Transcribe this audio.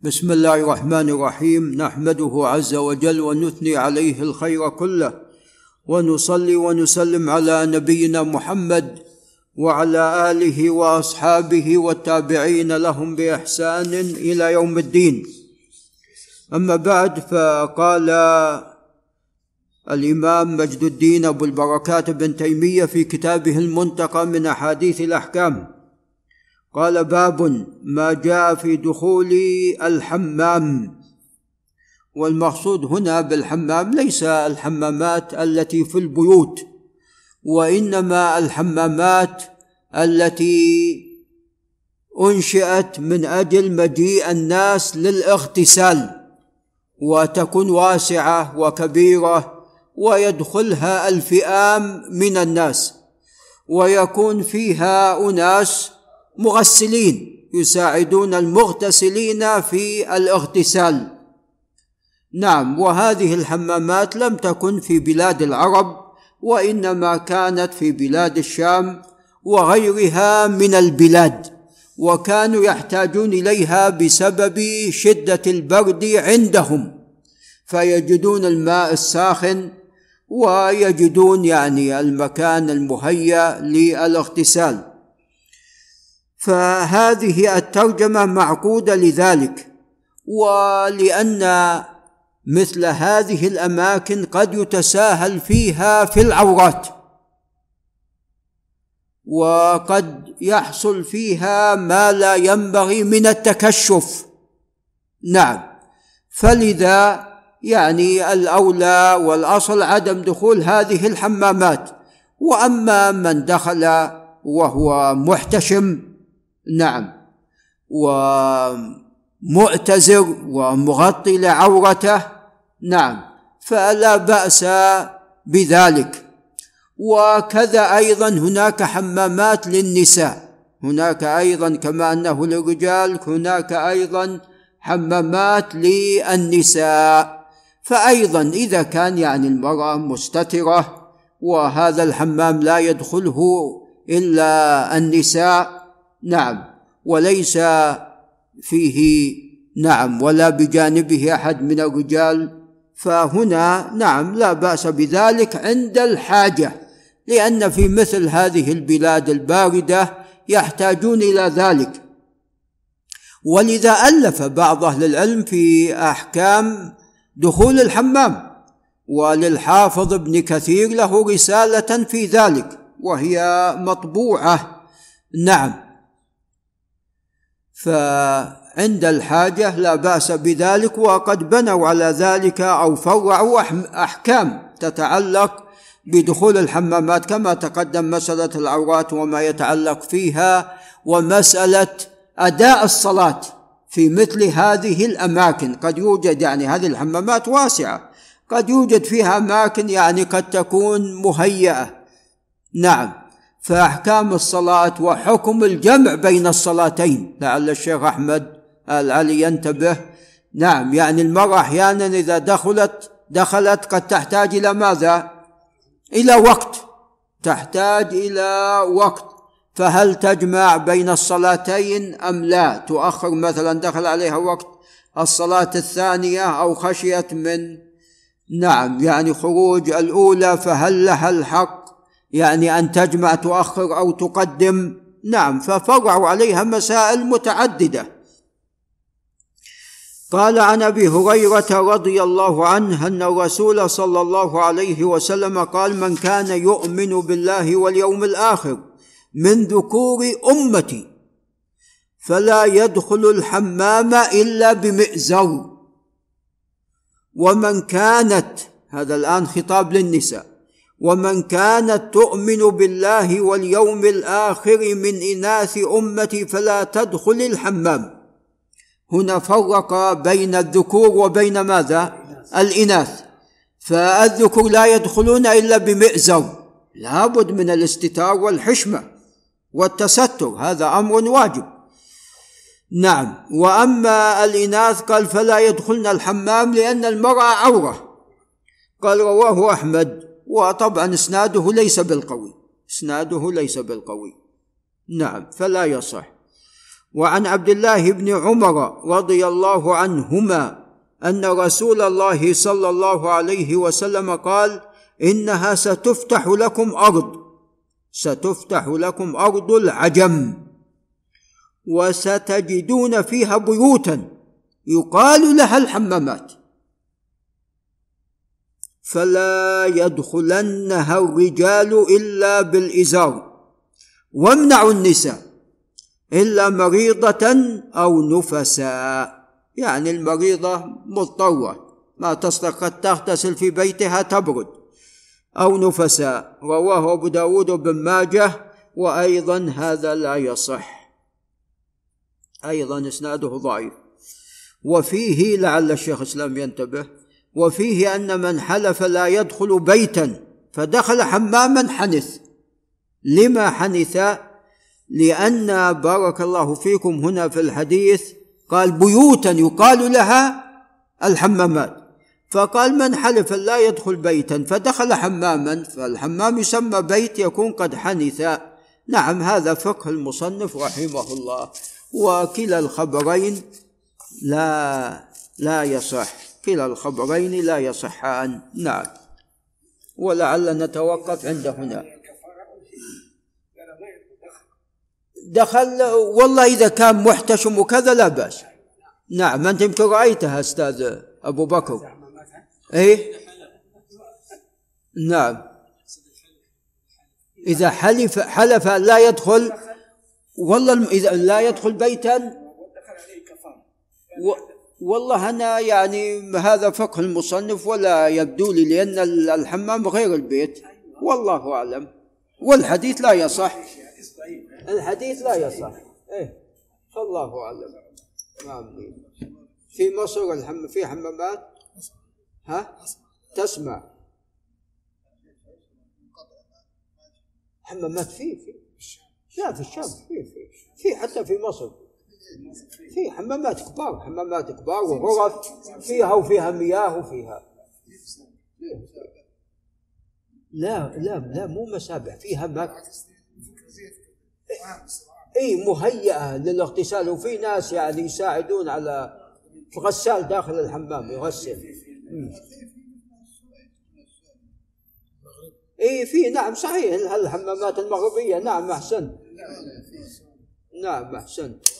بسم الله الرحمن الرحيم. نحمده عز وجل ونثني عليه الخير كله، ونصلي ونسلم على نبينا محمد وعلى آله وأصحابه والتابعين لهم بإحسان إلى يوم الدين. أما بعد، فقال الإمام مجد الدين أبو البركات بن تيمية في كتابه المنتقى من أحاديث الأحكام، قال: باب ما جاء في دخول الحمام. والمقصود هنا بالحمام ليس الحمامات التي في البيوت، وإنما الحمامات التي أنشئت من أجل مجيء الناس للاغتسال، وتكون واسعة وكبيرة ويدخلها الفئام من الناس، ويكون فيها أناس مغسلين يساعدون المغتسلين في الاغتسال. نعم، وهذه الحمامات لم تكن في بلاد العرب، وإنما كانت في بلاد الشام وغيرها من البلاد، وكانوا يحتاجون إليها بسبب شدة البرد عندهم، فيجدون الماء الساخن ويجدون المكان المهيأ للاغتسال. فهذه الترجمة معقودة لذلك، ولأن مثل هذه الأماكن قد يتساهل فيها في العورات، وقد يحصل فيها ما لا ينبغي من التكشف. نعم، فلذا الأولى والأصل عدم دخول هذه الحمامات. وأما من دخل وهو محتشم، نعم، ومؤتزر ومغطي لعورته، نعم، فلا بأس بذلك. وكذا أيضا هناك حمامات للنساء، هناك أيضا كما أنه للرجال هناك أيضا حمامات للنساء. فأيضا إذا كان المرأة مستترة وهذا الحمام لا يدخله إلا النساء، نعم، وليس فيه ولا بجانبه أحد من الرجال، فهنا نعم لا بأس بذلك عند الحاجة، لأن في مثل هذه البلاد الباردة يحتاجون إلى ذلك. ولذا ألف بعض أهل العلم في أحكام دخول الحمام، وللحافظ ابن كثير له رسالة في ذلك وهي مطبوعة. نعم، فعند الحاجة لا بأس بذلك، وقد بنوا على ذلك أو فرعوا أحكام تتعلق بدخول الحمامات، كما تقدم مسألة العورات وما يتعلق فيها، ومسألة أداء الصلاة في مثل هذه الأماكن. قد يوجد هذه الحمامات واسعة، قد يوجد فيها أماكن قد تكون مهيئة. نعم، فأحكام الصلاة وحكم الجمع بين الصلاتين، لعل الشيخ أحمد العلي ينتبه. نعم، المرأة أحيانا إذا دخلت قد تحتاج إلى ماذا؟ إلى وقت، تحتاج إلى وقت، فهل تجمع بين الصلاتين أم لا؟ تؤخر مثلا، دخل عليها وقت الصلاة الثانية أو خشيت من خروج الأولى، فهل لها الحق أن تجمع، تؤخر أو تقدم؟ نعم، ففرعوا عليها مسائل متعددة. قال: عن أبي هريرة رضي الله عنه أن الرسول صلى الله عليه وسلم قال: من كان يؤمن بالله واليوم الآخر من ذكور أمتي فلا يدخل الحمام إلا بمئزر. ومن كانت، هذا الآن خطاب للنساء، ومن كانت تؤمن بالله واليوم الآخر من إناث أمتي فلا تدخل الحمام. هنا فرق بين الذكور وبين ماذا؟ الإناث. فالذكور لا يدخلون إلا بمئزر، لابد من الاستتار والحشمة والتستر، هذا أمر واجب. نعم، وأما الإناث قال فلا يدخلن الحمام لأن المرأة عورة. قال: رواه أحمد، وطبعا إسناده ليس بالقوي، نعم، فلا يصح. وعن عبد الله بن عمر رضي الله عنهما أن رسول الله صلى الله عليه وسلم قال: إنها ستفتح لكم أرض العجم، وستجدون فيها بيوتا يقال لها الحمامات، فلا يدخلنها الرجال إلا بالإزار، وامنعوا النساء إلا مريضة أو نفساء، يعني المريضة مضطرة ما تستطيع تغتسل في بيتها تبرد، أو نفساء. رواه أبو داود وابن ماجه، وأيضا هذا لا يصح، أيضا إسناده ضعيف. وفيه، لعل الشيخ الإسلام ينتبه، وفيه أن من حلف لا يدخل بيتا فدخل حماما حنث. لما حنث؟ لأن بارك الله فيكم هنا في الحديث قال بيوتا يقال لها الحمامات، فقال من حلف لا يدخل بيتا فدخل حماما، فالحمام يسمى بيت، يكون قد حنث. نعم، هذا فقه المصنف رحمه الله. وكلا الخبرين لا يصح، كلا الخبرين لا يصحان. نعم، ولعل نتوقف عند هنا. دخل والله إذا كان محتشم وكذا لا بأس. نعم، أنت يمكن رأيتها أستاذ أبو بكر. إيه نعم، إذا حلف لا يدخل، والله إذا لا يدخل بيتا، والله أنا يعني هذا فقه المصنف ولا يبدو لي، لأن الحمام غير البيت، والله أعلم. والحديث لا يصح، الحديث لا يصح. إيه فالله أعلم. نعم. في مصر في حمامات تسمع حمامات لا في الشام، في حتى في مصر في حمامات كبار وغرف فيها مياه وفيها لا مو مسابح، فيها ماء مهيئة للاغتسال، وفي ناس يعني يساعدون على غسال داخل الحمام يغسل. في نعم صحيح الحمامات المغربية. نعم أحسنت.